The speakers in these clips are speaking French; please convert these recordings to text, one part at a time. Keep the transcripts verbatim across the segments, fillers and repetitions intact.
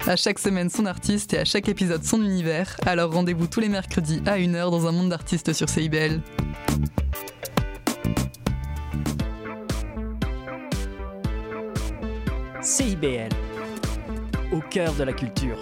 À chaque semaine son artiste et à chaque épisode son univers. Alors rendez-vous tous les mercredis à une heure dans un monde d'artistes sur C I B L. C I B L, au cœur de la culture.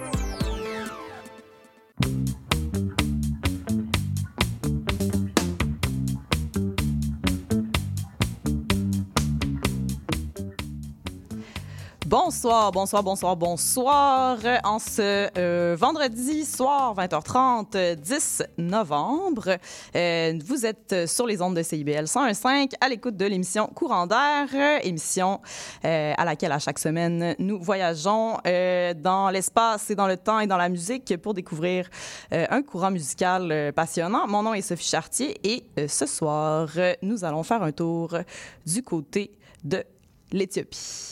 Bonsoir, bonsoir, bonsoir, bonsoir. En ce euh, vendredi soir, vingt heures trente, dix novembre, euh, vous êtes sur les ondes de C I B L cent un virgule cinq à l'écoute de l'émission Courant d'air, émission euh, à laquelle à chaque semaine nous voyageons euh, dans l'espace et dans le temps et dans la musique pour découvrir euh, un courant musical euh, passionnant. Mon nom est Sophie Chartier et euh, ce soir, euh, nous allons faire un tour du côté de l'Éthiopie.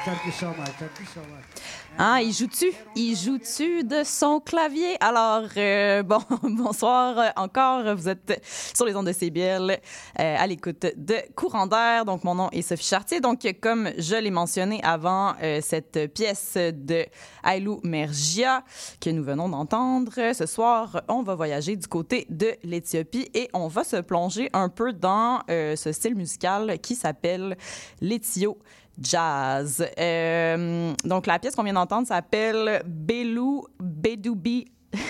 Thank you so much. Thank you so much. Ah, il joue-tu? Il joue-tu de son clavier? Alors, euh, bon, bonsoir encore. Vous êtes sur les ondes de C B L euh, à l'écoute de Courant d'air. Donc, mon nom est Sophie Chartier. Donc, comme je l'ai mentionné avant, euh, cette pièce de Ailou Mergia que nous venons d'entendre, ce soir, on va voyager du côté de l'Éthiopie et on va se plonger un peu dans euh, ce style musical qui s'appelle l'Éthio Jazz. Euh, donc, la pièce qu'on vient d'entendre s'appelle Belou Bedoubi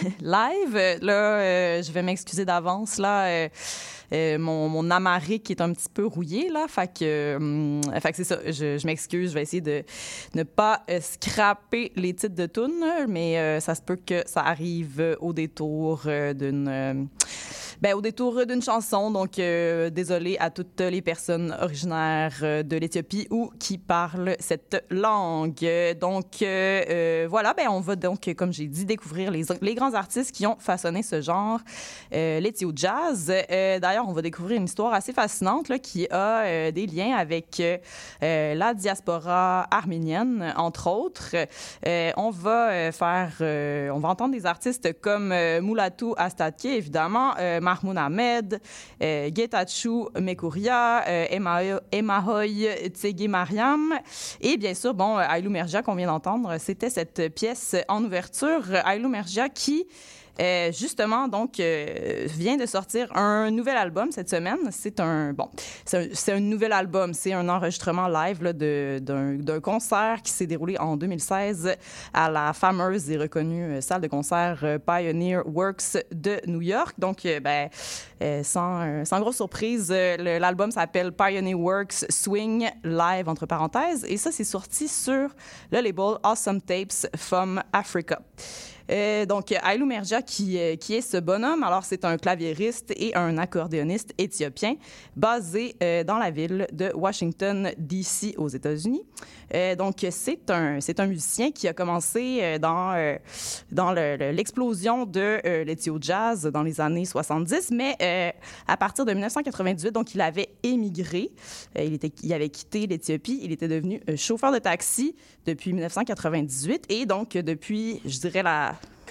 Live. Là, euh, je vais m'excuser d'avance. Là, euh, euh, mon, mon amharique est un petit peu rouillé. Là, fait que, euh, fait que c'est ça. Je, je m'excuse. Je vais essayer de ne pas euh, scraper les titres de tunes, mais euh, ça se peut que ça arrive au détour euh, d'une... Euh, Ben, au détour d'une chanson. Donc, euh, désolé à toutes les personnes originaires euh, de l'Éthiopie ou qui parlent cette langue. Donc, euh, euh, voilà, ben, on va donc, comme j'ai dit, découvrir les, les grands artistes qui ont façonné ce genre, euh, l'Éthio Jazz. Euh, d'ailleurs, on va découvrir une histoire assez fascinante là, qui a euh, des liens avec euh, la diaspora arménienne, entre autres. Euh, on va euh, faire, euh, on va entendre des artistes comme euh, Moulatou Astatke, évidemment, euh, Mahmoud Ahmed, euh, Getachew Mekouria, euh, Emahoy Tsegi Mariam et bien sûr, bon, Ailou Mergia qu'on vient d'entendre, c'était cette pièce en ouverture. Ailou Mergia qui Euh, justement, donc, euh, vient de sortir un nouvel album cette semaine. C'est un, bon, c'est un, c'est un nouvel album. C'est un enregistrement live là, de, d'un, d'un concert qui s'est déroulé en deux mille seize à la fameuse et reconnue salle de concert euh, Pioneer Works de New York. Donc, euh, ben, euh, sans, euh, sans grosse surprise, euh, le, l'album s'appelle Pioneer Works Swing Live, entre parenthèses. Et ça, c'est sorti sur le label Awesome Tapes from Africa. Euh, donc, Ailou Mergia, qui, euh, qui est ce bonhomme, alors c'est un claviériste et un accordéoniste éthiopien basé euh, dans la ville de Washington, D C aux États-Unis. Euh, donc, c'est un, c'est un musicien qui a commencé euh, dans, euh, dans le, le, l'explosion de euh, l'Éthio Jazz dans les années soixante-dix, mais euh, à partir de dix-neuf cent quatre-vingt-dix-huit, donc il avait émigré, euh, il, était, il avait quitté l'Éthiopie, il était devenu euh, chauffeur de taxi depuis dix-neuf cent quatre-vingt-dix-huit et donc depuis, je dirais, la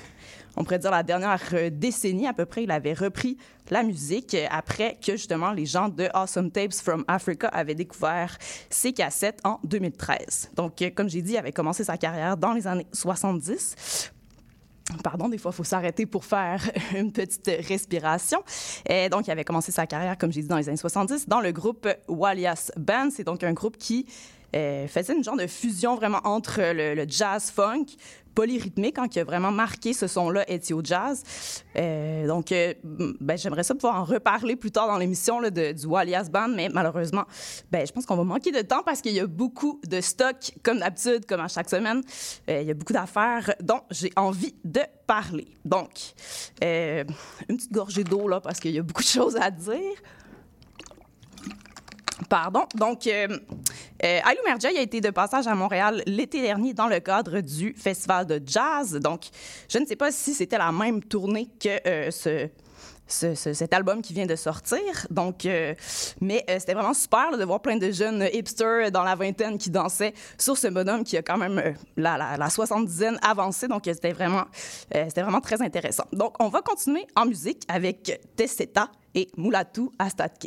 on pourrait dire la dernière décennie à peu près, il avait repris la musique après que justement les gens de Awesome Tapes from Africa avaient découvert ses cassettes en deux mille treize. Donc, comme j'ai dit, il avait commencé sa carrière dans les années soixante-dix. Pardon, des fois, il faut s'arrêter pour faire une petite respiration. Et donc, il avait commencé sa carrière, comme j'ai dit, dans les années soixante-dix, dans le groupe Walias Band. C'est donc un groupe qui euh, faisait une genre de fusion vraiment entre le, le jazz-funk, polyrythmique, hein, qui a vraiment marqué ce son-là, Éthio Jazz. Euh, donc, euh, ben, j'aimerais ça pouvoir en reparler plus tard dans l'émission là, de, du Walias Band, mais malheureusement, ben, je pense qu'on va manquer de temps parce qu'il y a beaucoup de stock, comme d'habitude, comme à chaque semaine. Euh, il y a beaucoup d'affaires dont j'ai envie de parler. Donc, euh, une petite gorgée d'eau, là, parce qu'il y a beaucoup de choses à dire. Pardon. Donc, euh, euh, Ailou Mergia il a été de passage à Montréal l'été dernier dans le cadre du Festival de jazz. Donc, je ne sais pas si c'était la même tournée que euh, ce, ce, ce, cet album qui vient de sortir. Donc, euh, mais euh, c'était vraiment super là, de voir plein de jeunes hipsters dans la vingtaine qui dansaient sur ce bonhomme qui a quand même euh, la, la, la soixante-dizaine avancée. Donc, euh, c'était vraiment, euh, c'était vraiment très intéressant. Donc, on va continuer en musique avec Tesseta et Moulatou Astatke.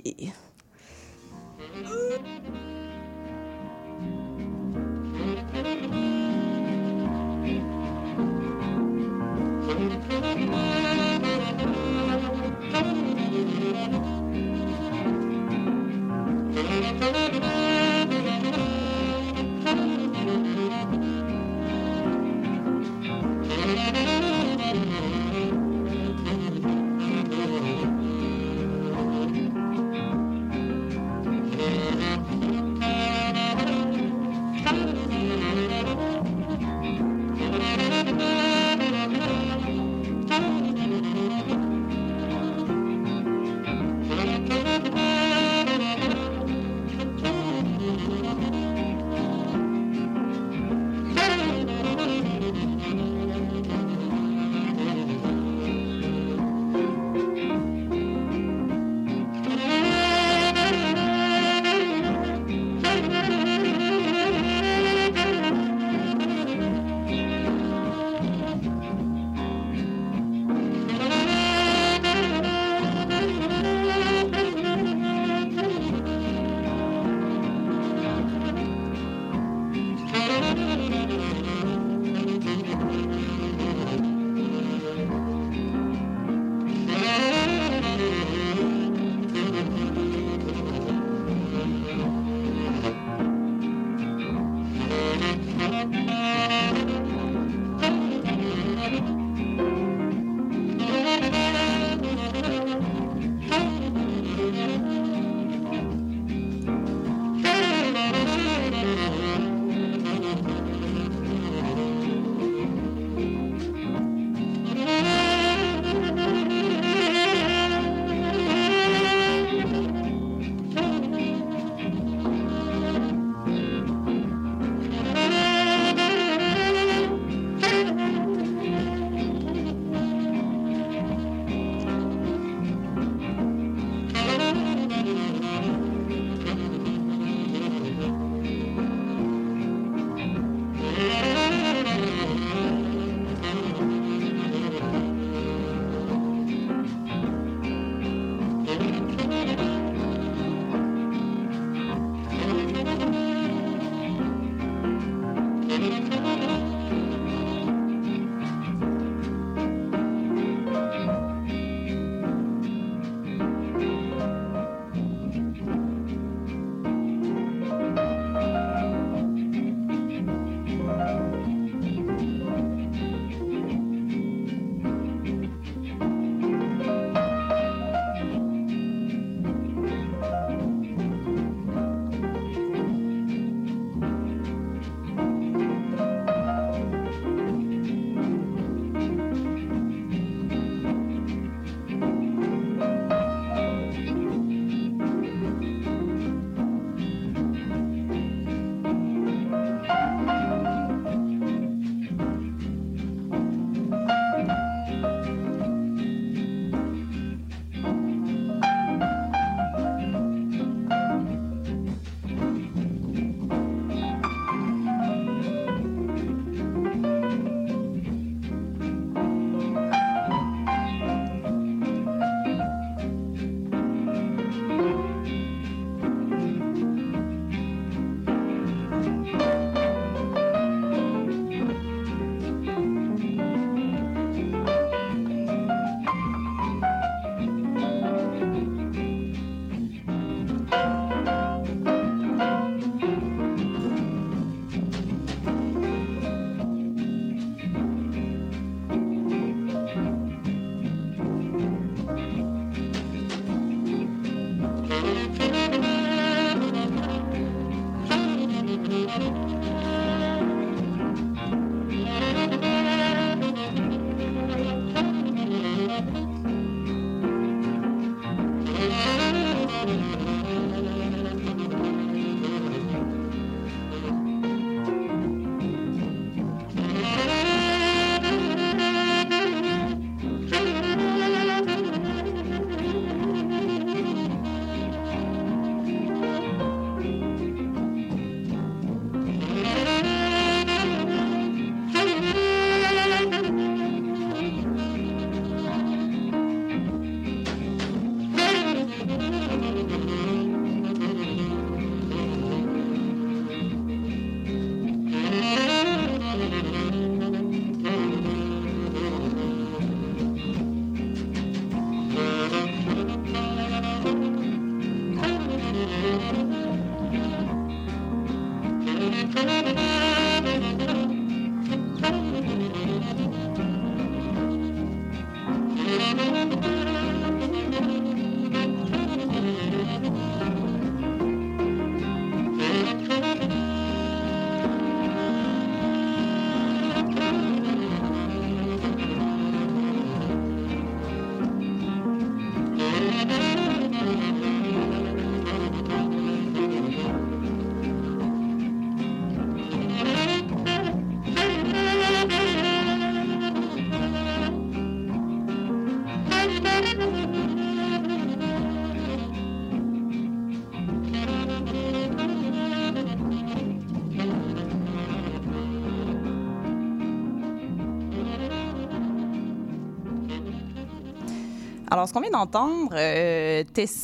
Alors, ce qu'on vient d'entendre, euh,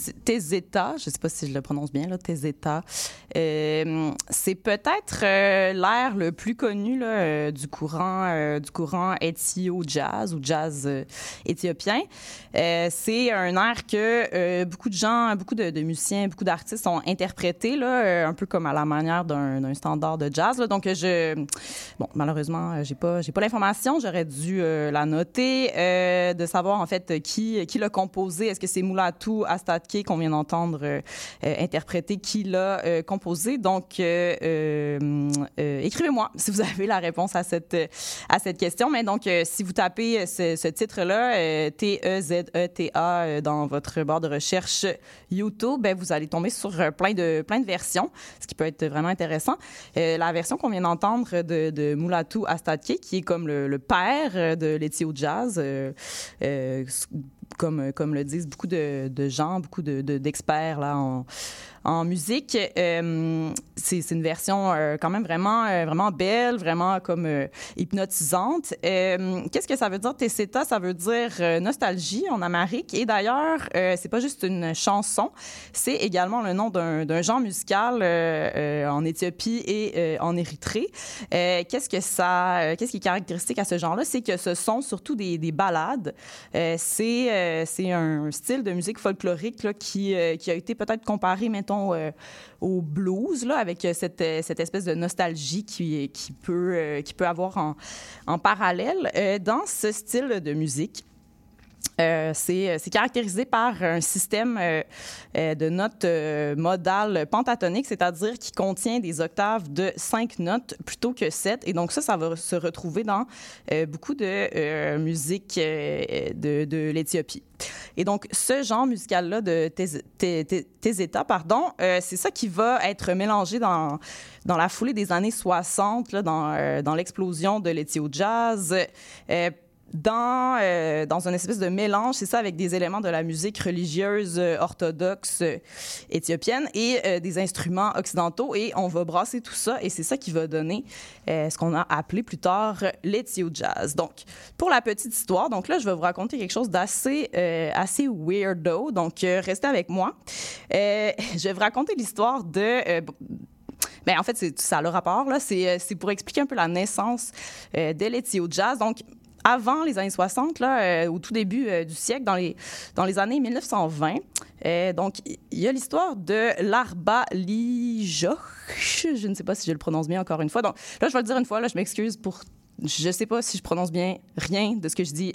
Tezeta, je ne sais pas si je le prononce bien, là, Tezeta, euh, c'est peut-être euh, l'air le plus connu là, euh, du courant, euh, du courant éthio-jazz ou jazz euh, éthiopien. Euh, c'est un air que euh, beaucoup de gens, beaucoup de, de musiciens, beaucoup d'artistes ont interprété, là, euh, un peu comme à la manière d'un, d'un standard de jazz. Là. Donc, je, bon, malheureusement, j'ai pas, j'ai pas l'information. J'aurais dû euh, la noter, euh, de savoir en fait qui, qui l'a composé. Est-ce que c'est Mulatu Astatke qu'on vient d'entendre euh, euh, interpréter, qui l'a euh, composé? Donc, euh, euh, euh, écrivez-moi si vous avez la réponse à cette à cette question. Mais donc, euh, si vous tapez ce, ce titre-là, euh, T E Z E T A, euh, dans votre barre de recherche YouTube, ben, vous allez tomber sur euh, plein de plein de versions, ce qui peut être vraiment intéressant. Euh, la version qu'on vient d'entendre de, de Mulatu Astatke, qui est comme le, le père de l'éthio-jazz, euh, euh, comme, comme le disent beaucoup de, de gens, beaucoup de, de, d'experts là, en, en musique. Euh, c'est, c'est une version euh, quand même vraiment, euh, vraiment belle, vraiment comme euh, hypnotisante. Euh, qu'est-ce que ça veut dire, Tezeta? Ça veut dire euh, nostalgie en amharique. Et d'ailleurs, euh, c'est pas juste une chanson, c'est également le nom d'un, d'un genre musical euh, euh, en Éthiopie et euh, en Érythrée. Euh, qu'est-ce que ça, euh, qu'est-ce qui est caractéristique à ce genre-là? C'est que ce sont surtout des, des ballades. Euh, c'est, euh, c'est un style de musique folklorique là, qui, euh, qui a été peut-être comparé, mettons, Euh, au blues, là, avec cette, cette espèce de nostalgie qui, qui, peut, euh, qui peut avoir en, en parallèle. Euh, dans ce style de musique, Euh, c'est, c'est caractérisé par un système euh, euh, de notes euh, modales pentatoniques, c'est-à-dire qui contient des octaves de cinq notes plutôt que sept. Et donc ça, ça va se retrouver dans euh, beaucoup de euh, musique euh, de, de l'Éthiopie. Et donc, ce genre musical-là de Tezeta, pardon, euh, c'est ça qui va être mélangé dans, dans la foulée des années soixante, là, dans, euh, dans l'explosion de l'éthio-jazz, euh, Dans, euh, dans une espèce de mélange, c'est ça, avec des éléments de la musique religieuse euh, orthodoxe euh, éthiopienne et euh, des instruments occidentaux. Et on va brasser tout ça et c'est ça qui va donner euh, ce qu'on a appelé plus tard l'éthio-jazz. Donc, pour la petite histoire, donc là, je vais vous raconter quelque chose d'assez euh, assez weirdo. Donc, euh, restez avec moi. Euh, je vais vous raconter l'histoire de... Euh, Bien, en fait, c'est, ça a le rapport, là. C'est, c'est pour expliquer un peu la naissance euh, de l'éthio-jazz. Donc, avant les années soixante, là, euh, au tout début euh, du siècle, dans les, dans les années mille neuf cent vingt, euh, donc, il y a l'histoire de l'Arba Lijoch. Je ne sais pas si je le prononce bien encore une fois. Donc, là, je vais le dire une fois, là, je m'excuse pour... Je ne sais pas si je prononce bien rien de ce que je dis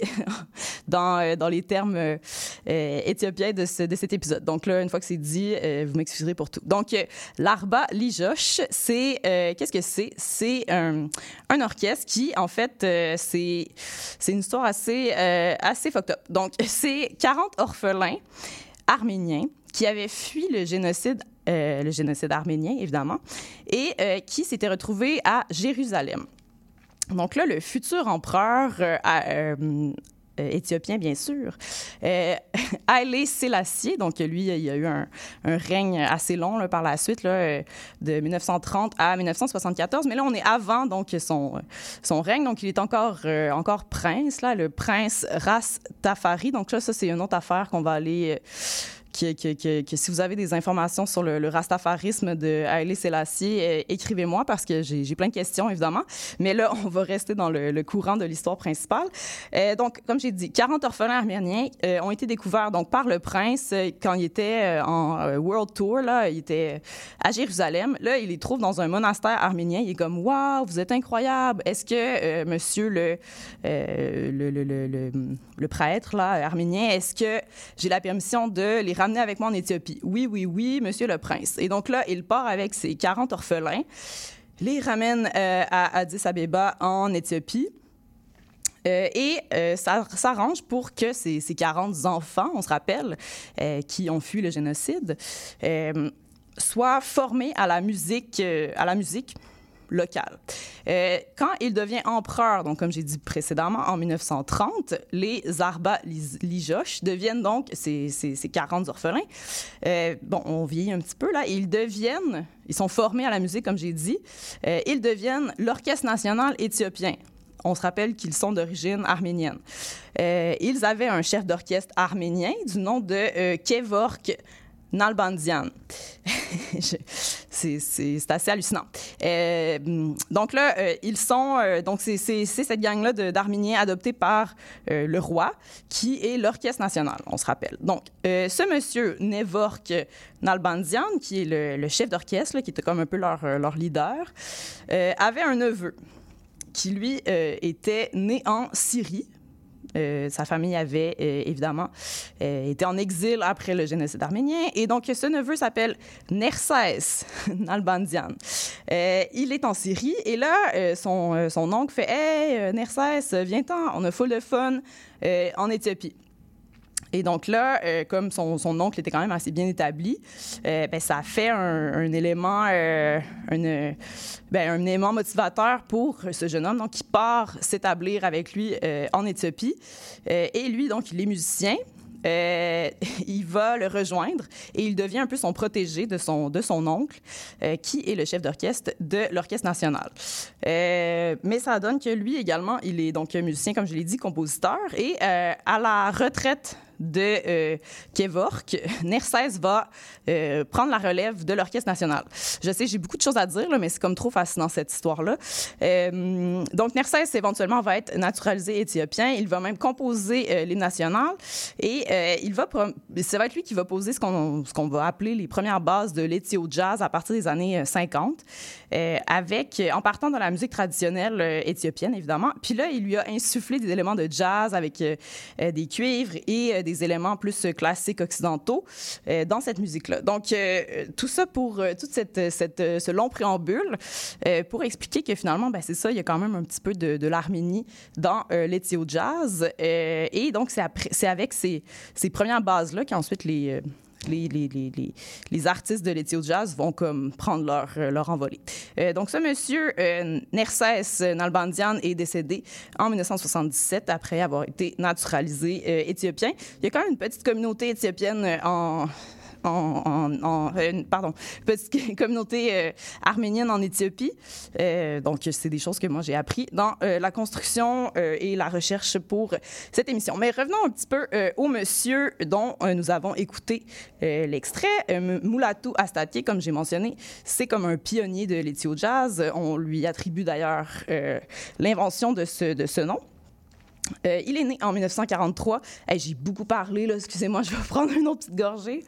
dans, euh, dans les termes euh, euh, éthiopiens de, ce, de cet épisode. Donc là, une fois que c'est dit, euh, vous m'excuserez pour tout. Donc, euh, l'Arba Lijoch, c'est... Euh, qu'est-ce que c'est? C'est un, un orchestre qui, en fait, euh, c'est, c'est une histoire assez, euh, assez fucked up. Donc, c'est quarante orphelins arméniens qui avaient fui le génocide, euh, le génocide arménien, évidemment, et euh, qui s'étaient retrouvés à Jérusalem. Donc là, le futur empereur euh, euh, euh, éthiopien, bien sûr, euh, Haïlé Sélassié, donc lui, il y a eu un, un règne assez long là, par la suite, là, de dix-neuf cent trente à dix-neuf cent soixante-quatorze, mais là, on est avant donc, son, son règne, donc il est encore, euh, encore prince, là, le prince Ras Tafari. Donc là, ça, c'est une autre affaire qu'on va aller... Euh, Que, que, que, que si vous avez des informations sur le, le rastafarisme de Haïlé Sélassié, euh, écrivez-moi parce que j'ai, j'ai plein de questions, évidemment. Mais là, on va rester dans le, le courant de l'histoire principale. Euh, donc, comme j'ai dit, quarante orphelins arméniens euh, ont été découverts donc, par le prince euh, quand il était euh, en euh, World Tour. Là, il était à Jérusalem. Là, il les trouve dans un monastère arménien. Il est comme « Waouh, vous êtes incroyable! Est-ce que euh, monsieur le, euh, le, le, le, le, le prêtre là, arménien, est-ce que j'ai la permission de les ramener avec moi en Éthiopie? Oui, oui, oui, monsieur le prince. Et donc là, il part avec ses quarante orphelins, les ramène euh, à Addis Abeba en Éthiopie. Euh, et euh, ça s'arrange pour que ces, ces quarante enfants, on se rappelle, euh, qui ont fui le génocide, euh, soient formés à la musique, euh, à la musique locale. Euh, quand il devient empereur, donc comme j'ai dit précédemment, en dix-neuf cent trente, les Arba Lijoch deviennent donc ces, ces, ces quarante orphelins. Euh, bon, on vieillit un petit peu là. Ils deviennent, ils sont formés à la musique, comme j'ai dit. Euh, ils deviennent l'Orchestre national éthiopien. On se rappelle qu'ils sont d'origine arménienne. Euh, ils avaient un chef d'orchestre arménien du nom de euh, Kevork Nalbandian. Je, c'est, c'est, c'est assez hallucinant. Euh, donc là, euh, ils sont... Euh, donc c'est, c'est, c'est cette gang-là de, d'Arméniens adoptés par euh, le roi, qui est l'Orchestre national, on se rappelle. Donc, euh, ce monsieur, Nevork Nalbandian, qui est le, le chef d'orchestre, là, qui était comme un peu leur, leur leader, euh, avait un neveu qui, lui, euh, était né en Syrie. Euh, sa famille avait, euh, évidemment, euh, été en exil après le génocide arménien. Et donc, ce neveu s'appelle Nerses Nalbandian. Euh, il est en Syrie. Et là, euh, son, euh, son oncle fait « Hey, Nerses, viens-t'en, on a full de fun euh, en Éthiopie. » Et donc là, euh, comme son, son oncle était quand même assez bien établi, euh, ben, ça a fait un, un élément, euh, une, ben, un élément motivateur pour ce jeune homme, donc qui part s'établir avec lui euh, en Éthiopie. Euh, et lui, donc, il est musicien. Euh, il va le rejoindre et il devient un peu son protégé de son, de son oncle, euh, qui est le chef d'orchestre de l'Orchestre national. Euh, mais ça donne que lui également, il est donc musicien, comme je l'ai dit, compositeur. Et euh, à la retraite de euh, Kevork, Nerses va euh, prendre la relève de l'Orchestre national. Je sais, j'ai beaucoup de choses à dire, là, mais c'est comme trop fascinant, cette histoire-là. Euh, donc, Nerses, éventuellement, va être naturalisé éthiopien. Il va même composer euh, l'hymne national et euh, il va pro- ça va être lui qui va poser ce qu'on, ce qu'on va appeler les premières bases de l'éthio-jazz à partir des années cinquante, euh, avec, en partant dans la musique traditionnelle euh, éthiopienne, évidemment. Puis là, il lui a insufflé des éléments de jazz avec euh, euh, des cuivres et euh, des éléments plus classiques occidentaux euh, dans cette musique-là. Donc, euh, tout ça pour euh, toute cette, cette, euh, ce long préambule euh, pour expliquer que finalement, ben, c'est ça, il y a quand même un petit peu de, de l'Arménie dans euh, l'éthio-jazz. Euh, et donc, c'est, après, c'est avec ces, ces premières bases-là qu'ensuite les... Euh, Les, les, les, les, les artistes de l'éthio-jazz vont comme prendre leur, leur envolée. Euh, donc, ce monsieur, euh, Nerses Nalbandian, est décédé en dix-neuf cent soixante-dix-sept après avoir été naturalisé euh, éthiopien. Il y a quand même une petite communauté éthiopienne en... En, en, en euh, pardon, petite communauté euh, arménienne en Éthiopie. Euh, donc, c'est des choses que moi, j'ai appris dans euh, la construction euh, et la recherche pour cette émission. Mais revenons un petit peu euh, au monsieur dont euh, nous avons écouté euh, l'extrait. Euh, Mulatu Astatye, comme j'ai mentionné, c'est comme un pionnier de l'éthio-jazz. On lui attribue d'ailleurs euh, l'invention de ce, de ce nom. Euh, il est né en dix-neuf cent quarante-trois. Hey, j'ai beaucoup parlé, là. Excusez-moi, je vais prendre une autre petite gorgée.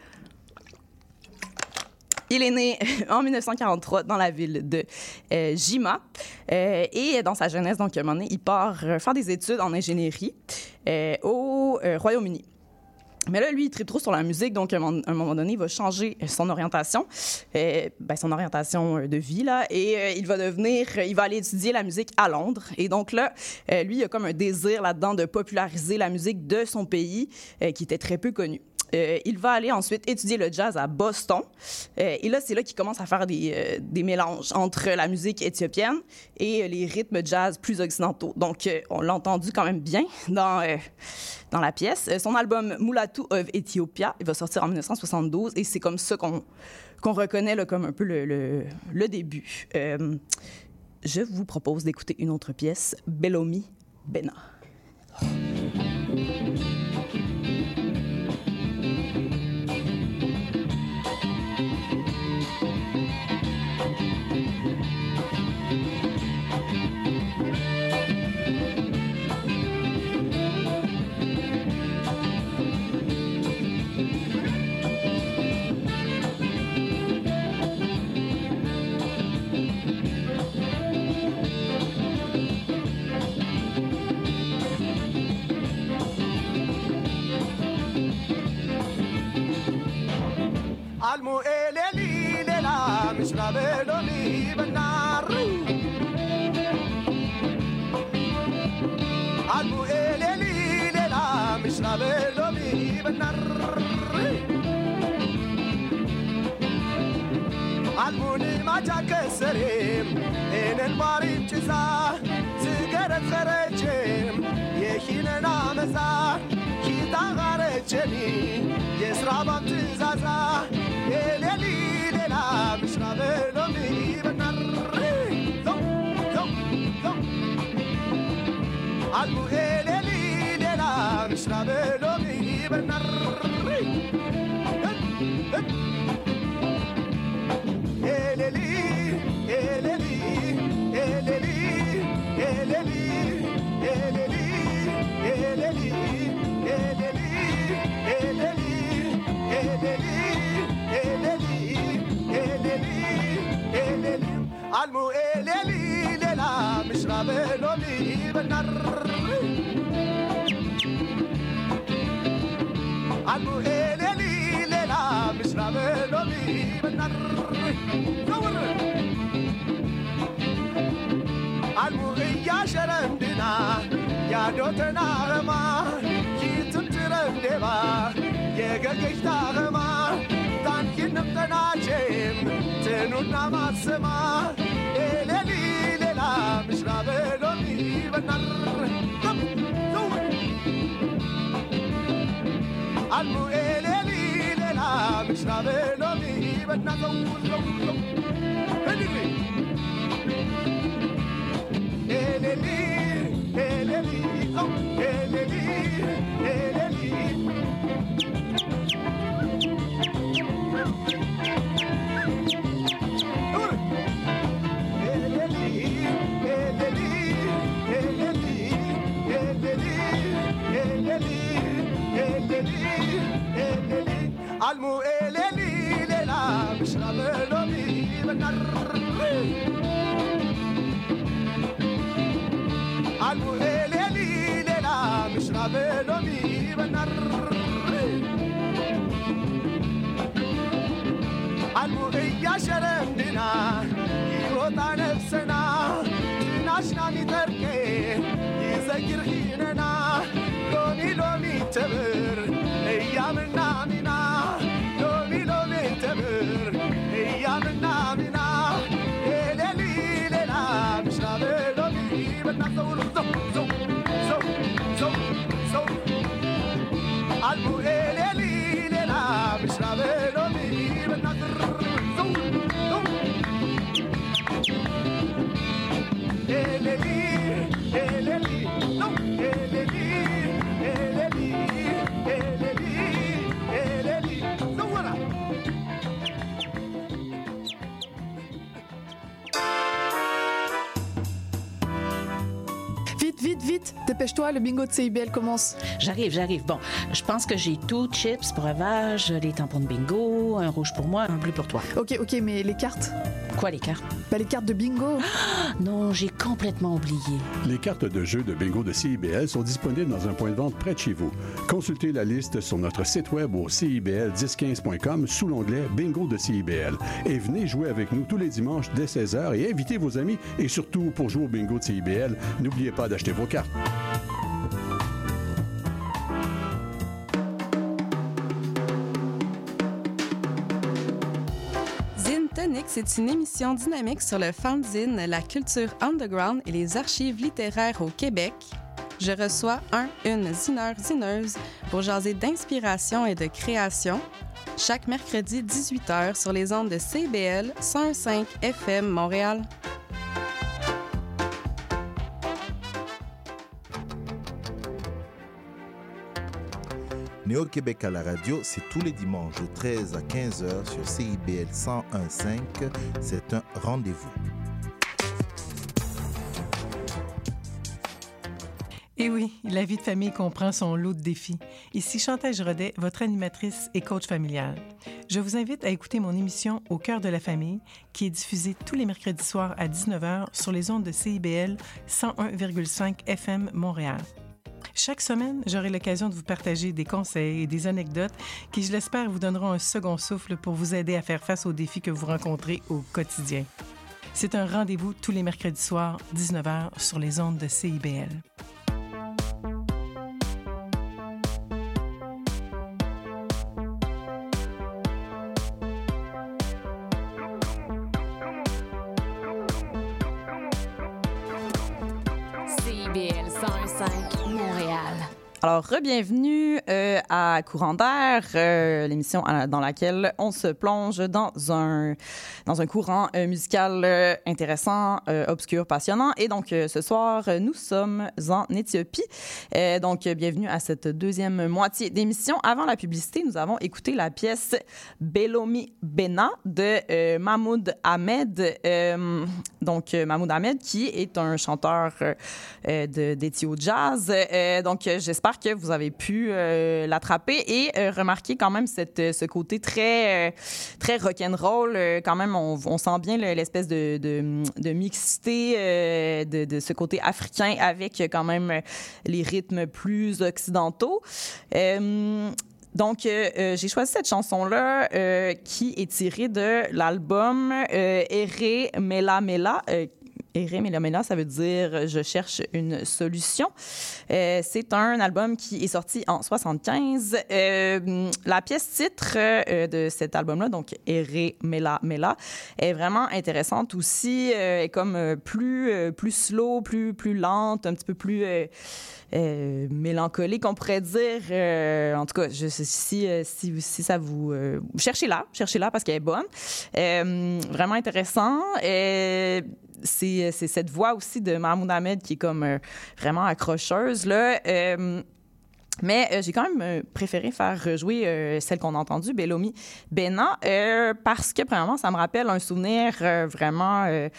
Il est né en dix-neuf cent quarante-trois dans la ville de euh, Jima. Euh, et dans sa jeunesse, donc, à un moment donné, il part euh, faire des études en ingénierie euh, au euh, Royaume-Uni. Mais là, lui, il tripe trop sur la musique, donc à un moment donné, il va changer son orientation, euh, ben, son orientation de vie, là, et euh, il va devenir, il va aller étudier la musique à Londres. Et donc là, euh, lui, il a comme un désir là-dedans de populariser la musique de son pays, euh, qui était très peu connue. Euh, il va aller ensuite étudier le jazz à Boston. Euh, et là, c'est là qu'il commence à faire des, euh, des mélanges entre la musique éthiopienne et euh, les rythmes jazz plus occidentaux. Donc, euh, on l'a entendu quand même bien dans, euh, dans la pièce. Euh, son album Mulatu of Ethiopia, il va sortir en dix-neuf cent soixante-douze et c'est comme ça qu'on, qu'on reconnaît là, comme un peu le, le, le début. Euh, je vous propose d'écouter une autre pièce, Belomi Bena. almu eleli lela mishrabeloni benar almu eleli lela mishrabeloni benar almuni majakserim enen marin chiza sigaret kharejim yehilena meza kitagharejni yesraban tizaza eleli lela mishrabeloni benar zo zo zo benar Zawr Almu iya sharandina Ya dotana rama Yitum tirandeva Yega gishta rama Tan kinam tanachem Tenuna masma Eleli lela Mishrabeloni benar Zawr Almu eleli lela Mishrabeloni benar Zawr Zawr Eleli Eleli, Eleli, oh, Eleli, Eleli. Eleli, Eleli, Eleli, Eleli, Eleli, Eleli. Almu eleli lela, mishrabeloni benar. Almu eleli lela mishrabeloni benar Almu iya sharandina Yota nefsena Tinashna mitarke Yizakir khinena Lomi lomi tabir Eyyamna mina Lomi lomi tabir Eyyamna mina Eleli lela mishrabeloni benar Almu eleli lela mishrabeloni benar Eleli, eleli, no, eleli, eleli, eleli, eleli, so voilà. Vite, vite, vite, dépêche-toi, le bingo de C I B L commence. J'arrive, j'arrive. Bon, je pense que j'ai tout, chips, breuvage, les tampons de bingo, un rouge pour moi, un bleu pour toi. Ok, ok, mais les cartes? Quoi, les cartes? Bah, les cartes de bingo. Ah, non, j'ai complètement oublié. Les cartes de jeu de bingo de C I B L sont disponibles dans un point de vente près de chez vous. Consultez la liste sur notre site web au c i b l dix quinze point com sous l'onglet Bingo de C I B L. Et venez jouer avec nous tous les dimanches dès seize heures et invitez vos amis. Et surtout, pour jouer au bingo de C I B L, n'oubliez pas d'acheter vos cartes. C'est une émission dynamique sur le fanzine, la culture underground et les archives littéraires au Québec. Je reçois un, une zineur, zineuse pour jaser d'inspiration et de création. Chaque mercredi dix-huit heures sur les ondes de C I B L cent un virgule cinq F M Montréal. Néo-Québec à la radio, c'est tous les dimanches de treize à quinze heures sur C I B L cent un virgule cinq. C'est un rendez-vous. Et oui, la vie de famille comprend son lot de défis. Ici Chantal Giraudet, votre animatrice et coach familial. Je vous invite à écouter mon émission Au cœur de la famille, qui est diffusée tous les mercredis soirs à dix-neuf heures sur les ondes de C I B L cent un virgule cinq F M Montréal. Chaque semaine, j'aurai l'occasion de vous partager des conseils et des anecdotes qui, je l'espère, vous donneront un second souffle pour vous aider à faire face aux défis que vous rencontrez au quotidien. C'est un rendez-vous tous les mercredis soirs, dix-neuf heures, sur les ondes de C I B L. C I B L cent un virgule cinq Montréal. Alors, re-bienvenue euh, à Courant d'air, euh, l'émission à, dans laquelle on se plonge dans un, dans un courant euh, musical euh, intéressant, euh, obscur, passionnant. Et donc, euh, ce soir, nous sommes en Éthiopie. Euh, donc, bienvenue à cette deuxième moitié d'émission. Avant la publicité, nous avons écouté la pièce Belomi Bena de euh, Mahmoud Ahmed. Euh, donc, Mahmoud Ahmed, qui est un chanteur euh, de, d'Ethio Jazz. Euh, donc, j'espère que vous avez pu euh, l'attraper et euh, remarquer quand même cette, ce côté très, euh, très rock'n'roll. Euh, quand même, on, on sent bien le, l'espèce de, de, de mixité euh, de, de ce côté africain avec quand même les rythmes plus occidentaux. Euh, donc, euh, euh, j'ai choisi cette chanson-là euh, qui est tirée de l'album euh, Ere Mela Mela. Euh, Ere Mela Mela, ça veut dire « Je cherche une solution ». Euh, c'est un album qui est sorti en soixante-quinze. Euh, la pièce titre euh, de cet album-là, donc « Ere Mela Mela », est vraiment intéressante aussi. Euh, est comme euh, plus, euh, plus slow, plus, plus lente, un petit peu plus... Euh, Euh, mélancolique, on pourrait dire. Euh, en tout cas, je, si, si, si ça vous... Euh, cherchez-la, cherchez-la parce qu'elle est bonne. Euh, vraiment intéressant. Euh, c'est, c'est cette voix aussi de Mahmoud Ahmed qui est comme euh, vraiment accrocheuse, là. Euh, Mais euh, j'ai quand même euh, préféré faire jouer euh, celle qu'on a entendue, Belomi Bena, euh, parce que, premièrement, ça me rappelle un souvenir euh, vraiment, euh,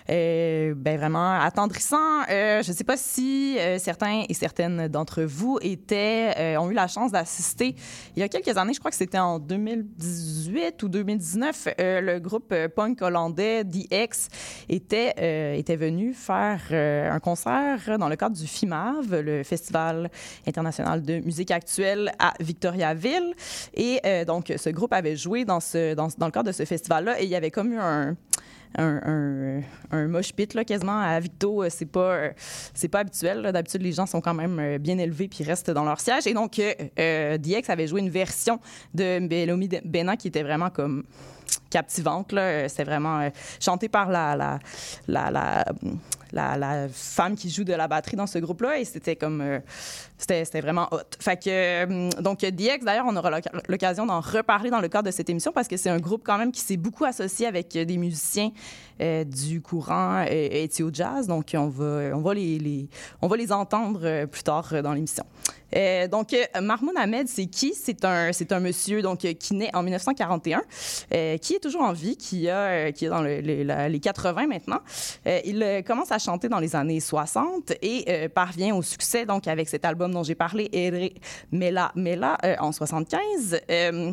euh, ben, vraiment attendrissant. Euh, je ne sais pas si euh, certains et certaines d'entre vous étaient, euh, ont eu la chance d'assister il y a quelques années, je crois que c'était en deux mille dix-huit ou deux mille dix-neuf, euh, le groupe euh, punk hollandais D X était, euh, était venu faire euh, un concert dans le cadre du FIMAV, le Festival international de musique actuelle à Victoriaville. Et euh, donc, ce groupe avait joué dans, ce, dans, dans le cadre de ce festival-là et il y avait comme eu un... un, un, un mosh pit là, quasiment à Victo. C'est pas, c'est pas habituel. Là. D'habitude, les gens sont quand même bien élevés puis restent dans leur siège. Et donc, euh, D X avait joué une version de Belomi Bena qui était vraiment comme captivante. Là. C'était vraiment euh, chanté par la, la, la, la, la, la femme qui joue de la batterie dans ce groupe-là. Et c'était comme... Euh, c'était, c'était vraiment hot. Fait que, euh, donc, D X, d'ailleurs, on aura l'occasion d'en reparler dans le cadre de cette émission parce que c'est un groupe quand même qui s'est beaucoup associé avec des musiciens euh, du courant euh, Ethio Jazz. Donc, on va, on va, les, les, on va les entendre euh, plus tard euh, dans l'émission. Euh, donc, euh, Mahmoud Ahmed, c'est qui? C'est un, c'est un monsieur donc, euh, qui naît en dix-neuf cent quarante et un, euh, qui est toujours en vie, qui, a, euh, qui est dans le, le, la, les quatre-vingts maintenant. Euh, il euh, commence à chanter dans les années soixante et euh, parvient au succès donc, avec cet album dont j'ai parlé, Ere Mela Mela, euh, en soixante-quinze. Euh,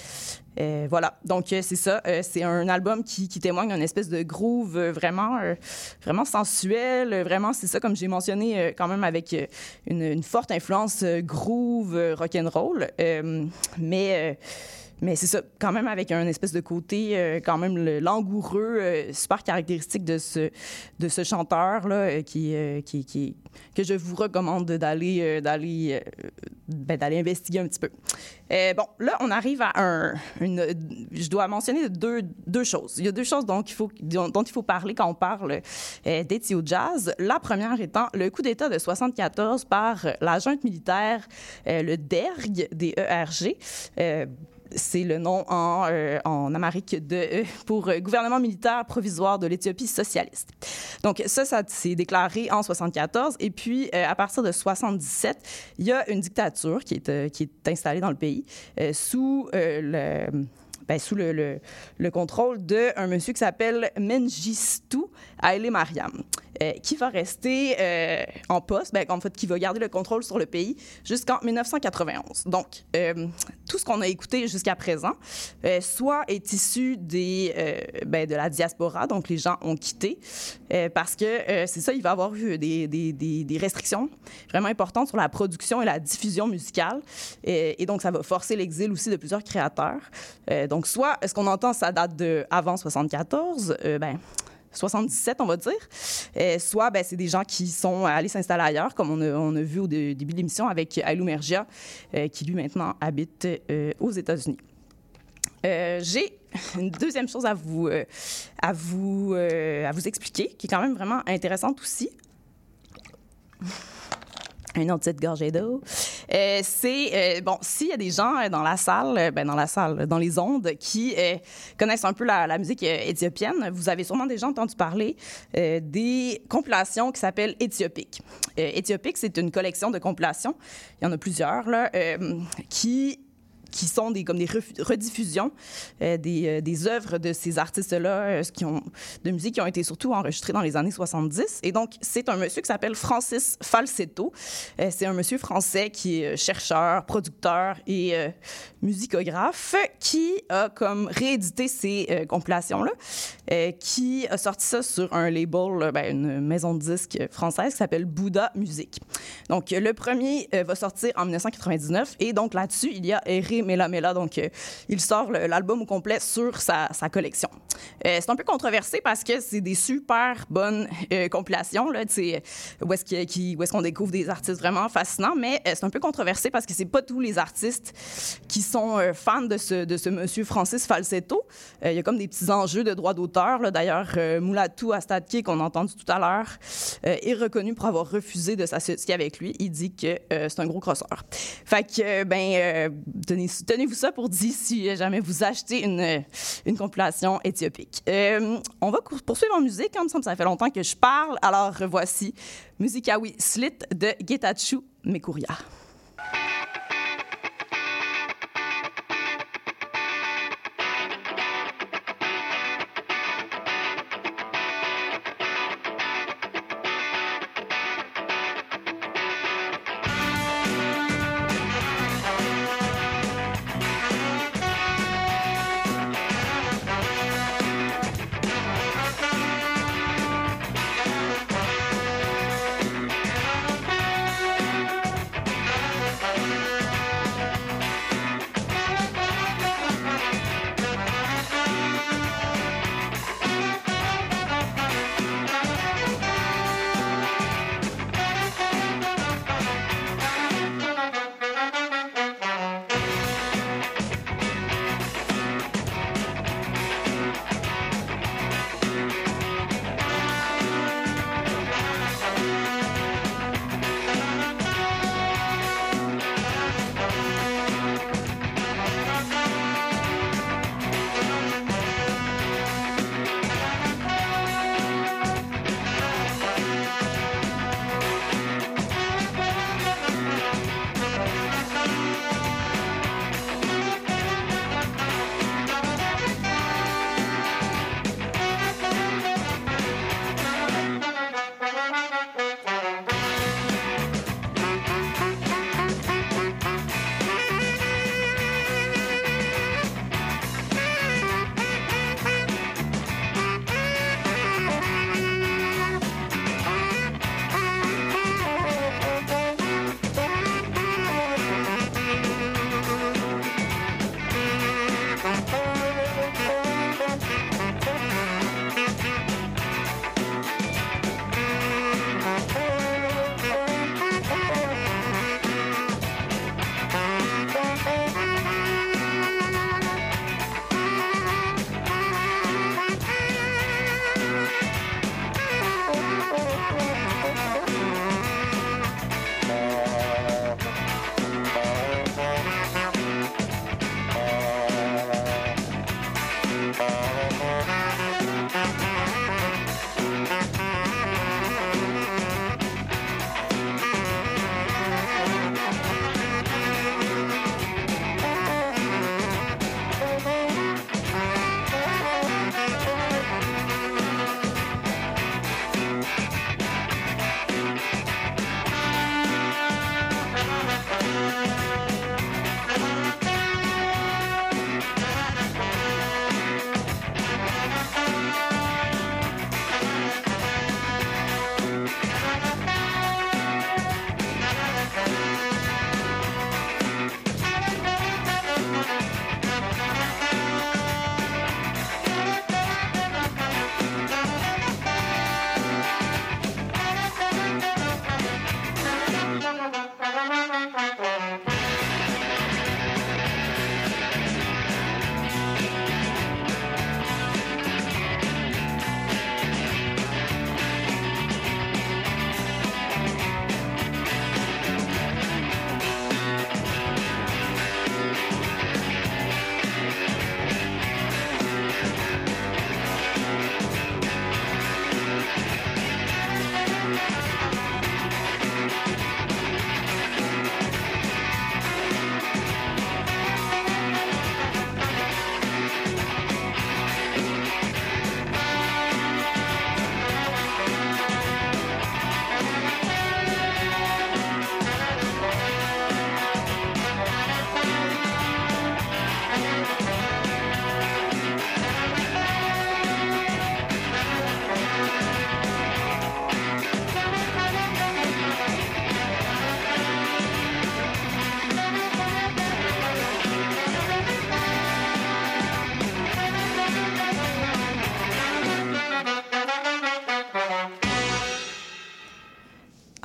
Euh, voilà, donc euh, c'est ça. Euh, c'est un album qui, qui témoigne d'une espèce de groove euh, vraiment, euh, vraiment sensuel. Euh, vraiment, c'est ça, comme j'ai mentionné, euh, quand même avec euh, une, une forte influence euh, groove, euh, rock'n'roll. Euh, mais... Euh, Mais c'est ça, quand même avec un espèce de côté euh, quand même le, langoureux, euh, super caractéristique de ce, de ce chanteur-là, euh, qui, euh, qui, qui, que je vous recommande d'aller, euh, d'aller, euh, ben, d'aller investiguer un petit peu. Euh, bon, là, on arrive à un... Une, je dois mentionner deux, deux choses. Il y a deux choses dont il faut, dont, dont il faut parler quand on parle euh, d'Ethio Jazz. La première étant le coup d'État de soixante-quatorze par la junte militaire, euh, le D E R G, D E R G, euh, c'est le nom en, euh, en Amérique de, euh, pour euh, gouvernement militaire provisoire de l'Éthiopie socialiste. Donc ça, ça s'est déclaré en soixante-quatorze. Et puis, euh, à partir de soixante-dix-sept, il y a une dictature qui est, euh, qui est installée dans le pays euh, sous euh, le... Ben, sous le, le, le contrôle d'un monsieur qui s'appelle Mengistu Haile Mariam, euh, qui va rester euh, en poste, ben, en fait, qui va garder le contrôle sur le pays jusqu'en dix-neuf cent quatre-vingt-onze. Donc, euh, tout ce qu'on a écouté jusqu'à présent, euh, soit est issu des, euh, ben, de la diaspora, donc les gens ont quitté, euh, parce que euh, c'est ça, il va y avoir eu des, des, des, des restrictions vraiment importantes sur la production et la diffusion musicale, et, et donc ça va forcer l'exil aussi de plusieurs créateurs. Euh, donc, Donc, soit, est-ce qu'on entend, ça date de avant soixante-quatorze, euh, ben, soixante-dix-sept, on va dire. Euh, soit, ben, c'est des gens qui sont allés s'installer ailleurs, comme on a, on a vu au dé- début de l'émission avec Ailou Mergia, euh, qui lui, maintenant, habite euh, aux États-Unis. Euh, j'ai une deuxième chose à vous, euh, à, vous, euh, à vous expliquer, qui est quand même vraiment intéressante aussi. Une autre petite gorgée d'eau. Euh, c'est, euh, bon, s'il y a des gens euh, dans la salle, euh, ben dans la salle, dans les ondes, qui euh, connaissent un peu la, la musique euh, éthiopienne, vous avez sûrement déjà entendu parler euh, des compilations qui s'appellent Éthiopiques. Euh, Éthiopiques, c'est une collection de compilations, il y en a plusieurs, là, euh, qui qui sont des, comme des ref- rediffusions euh, des, euh, des œuvres de ces artistes-là euh, qui ont, de musique qui ont été surtout enregistrées dans les années soixante-dix. Et donc, c'est un monsieur qui s'appelle Francis Falsetto. Euh, c'est un monsieur français qui est chercheur, producteur et euh, musicographe qui a comme réédité ces euh, compilations-là, euh, qui a sorti ça sur un label, euh, ben, une maison de disques française qui s'appelle Bouddha Music. Donc, le premier euh, va sortir en dix-neuf cent quatre-vingt-dix-neuf et donc là-dessus, il y a Erré Mela Mela. Donc, euh, il sort le, l'album au complet sur sa, sa collection. Euh, c'est un peu controversé parce que c'est des super bonnes euh, compilations, là, tu sais, où est-ce, qu'il, qui, où est-ce qu'on découvre des artistes vraiment fascinants, mais euh, c'est un peu controversé parce que c'est pas tous les artistes qui sont euh, fans de ce, de ce monsieur Francis Falsetto. Euh, il y a comme des petits enjeux de droit d'auteur, là. D'ailleurs, euh, Mulatu Astatke, qu'on a entendu tout à l'heure, euh, est reconnu pour avoir refusé de s'associer avec lui. Il dit que euh, c'est un gros crosseur. Fait que, euh, ben, euh, tenez, tenez-vous ça pour dire si jamais vous achetez une, une compilation éthiopique. Euh, on va poursuivre en musique. Hein, ça fait longtemps que je parle. Alors, voici Musikawi Slit de Getachew Mekuria. Thank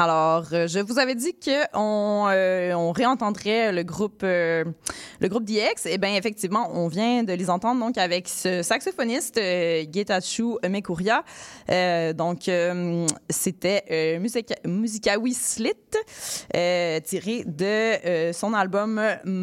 Alors, euh, je vous avais dit qu'on euh, on réentendrait le groupe, euh, le groupe D X. Eh bien, effectivement, on vient de les entendre donc avec ce saxophoniste, euh, Getachew Mekoria. Euh, donc, euh, c'était euh, Musica, Musicawi Slit, euh, tiré de euh, son album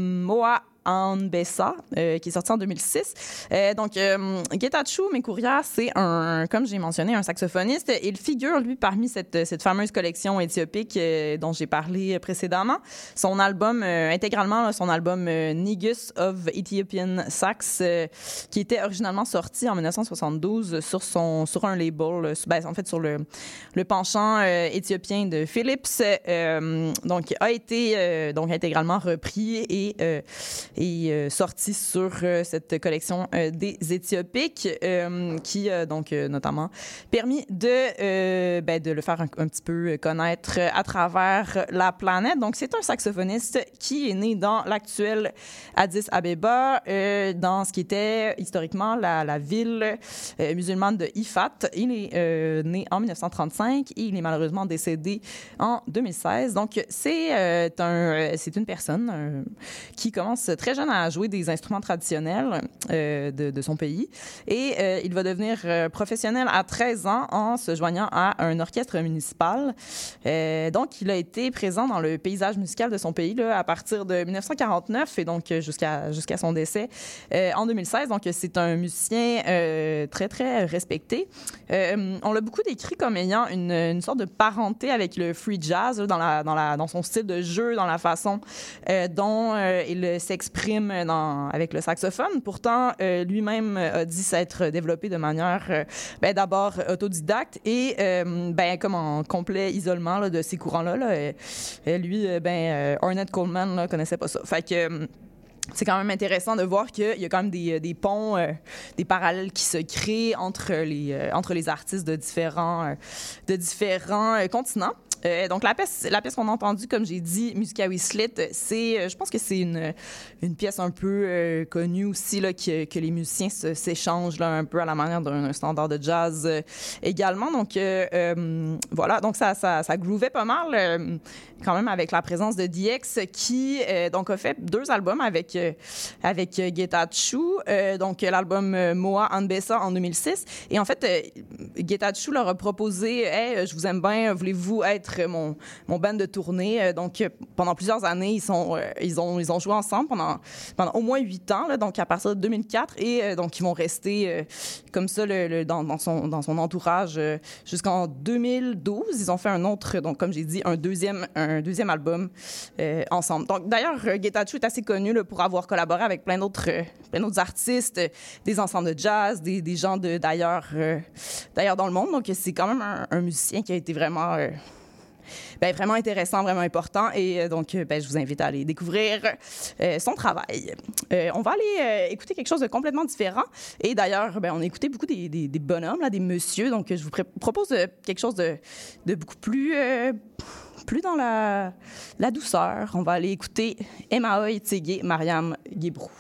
Moa Anbessa, euh, qui est sorti en deux mille six. Euh, donc, euh, Getachew Mekoria, c'est un, comme j'ai mentionné, un saxophoniste. Il figure, lui, parmi cette, cette fameuse collection éthiopique euh, dont j'ai parlé précédemment. Son album, euh, intégralement, là, son album euh, Negus of Ethiopian Sax, euh, qui était originalement sorti en dix-neuf cent soixante-douze sur, son, sur un label, euh, ben, en fait, sur le, le penchant euh, éthiopien de Philips. Euh, donc, a été euh, donc, intégralement repris et euh, et euh, sorti sur euh, cette collection euh, des Éthiopiques euh, qui a euh, donc euh, notamment permis de, euh, ben, de le faire un, un petit peu connaître à travers la planète. Donc, c'est un saxophoniste qui est né dans l'actuel Addis Abeba, euh, dans ce qui était historiquement la, la ville euh, musulmane de Ifat. Il est euh, né en dix-neuf cent trente-cinq et il est malheureusement décédé en deux mille seize. Donc, c'est, euh, un, c'est une personne euh, qui commence très jeune à jouer des instruments traditionnels euh, de, de son pays. Et euh, il va devenir euh, professionnel à treize ans en se joignant à un orchestre municipal. Euh, donc, il a été présent dans le paysage musical de son pays là, à partir de dix-neuf cent quarante-neuf et donc jusqu'à, jusqu'à son décès euh, en deux mille seize. Donc, c'est un musicien euh, très, très respecté. Euh, on l'a beaucoup décrit comme ayant une, une sorte de parenté avec le free jazz là, dans, la, dans, la, dans son style de jeu, dans la façon euh, dont euh, il s'exprime dans, avec le saxophone. Pourtant, euh, lui-même a dit s'être développé de manière euh, ben, d'abord autodidacte et euh, ben, comme en complet isolement là, de ces courants-là. Là, et, et lui, ben, euh, Ornette Coleman ne connaissait pas ça. Fait que euh, c'est quand même intéressant de voir qu'il y a quand même des, des ponts, euh, des parallèles qui se créent entre les, euh, entre les artistes de différents, euh, de différents euh, continents. Euh, donc, la pièce, la pièce qu'on a entendue, comme j'ai dit, Musicawi Slit, c'est, je pense que c'est une, une pièce un peu euh, connue aussi, là, que, que les musiciens se, s'échangent là, un peu à la manière d'un standard de jazz euh, également. Donc, euh, euh, voilà. Donc, ça, ça, ça groovait pas mal, euh, quand même, avec la présence de D X, qui euh, donc, a fait deux albums avec, euh, avec Getachew. Euh, donc, l'album euh, Moa Anbessa en deux mille six. Et en fait, euh, Getachew leur a proposé hey, « Je vous aime bien, voulez-vous être mon, mon band de tournée. » Donc, pendant plusieurs années, ils, sont, euh, ils, ont, ils ont joué ensemble pendant, pendant au moins huit ans, là, donc à partir de deux mille quatre. Et euh, donc, ils vont rester euh, comme ça le, le, dans, dans, son, dans son entourage euh, jusqu'en deux mille douze. Ils ont fait un autre, donc comme j'ai dit, un deuxième, un deuxième album euh, ensemble. Donc, d'ailleurs, Getachew est assez connu là, pour avoir collaboré avec plein d'autres, euh, plein d'autres artistes, euh, des ensembles de jazz, des, des gens de, d'ailleurs, euh, d'ailleurs dans le monde. Donc, c'est quand même un, un musicien qui a été vraiment... Euh, Ben, vraiment intéressant, vraiment important. Et euh, donc, ben, je vous invite à aller découvrir euh, son travail. Euh, on va aller euh, écouter quelque chose de complètement différent. Et d'ailleurs, ben, on a écouté beaucoup des, des, des bonhommes, là, des messieurs. Donc, je vous pré- propose euh, quelque chose de, de beaucoup plus, euh, plus dans la, la douceur. On va aller écouter Emaoy Tsege Mariam Guébrou.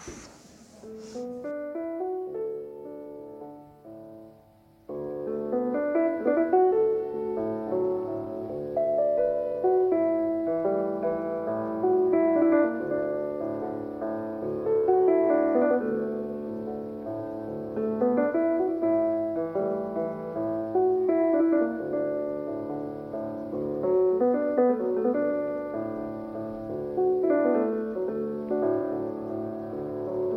Thank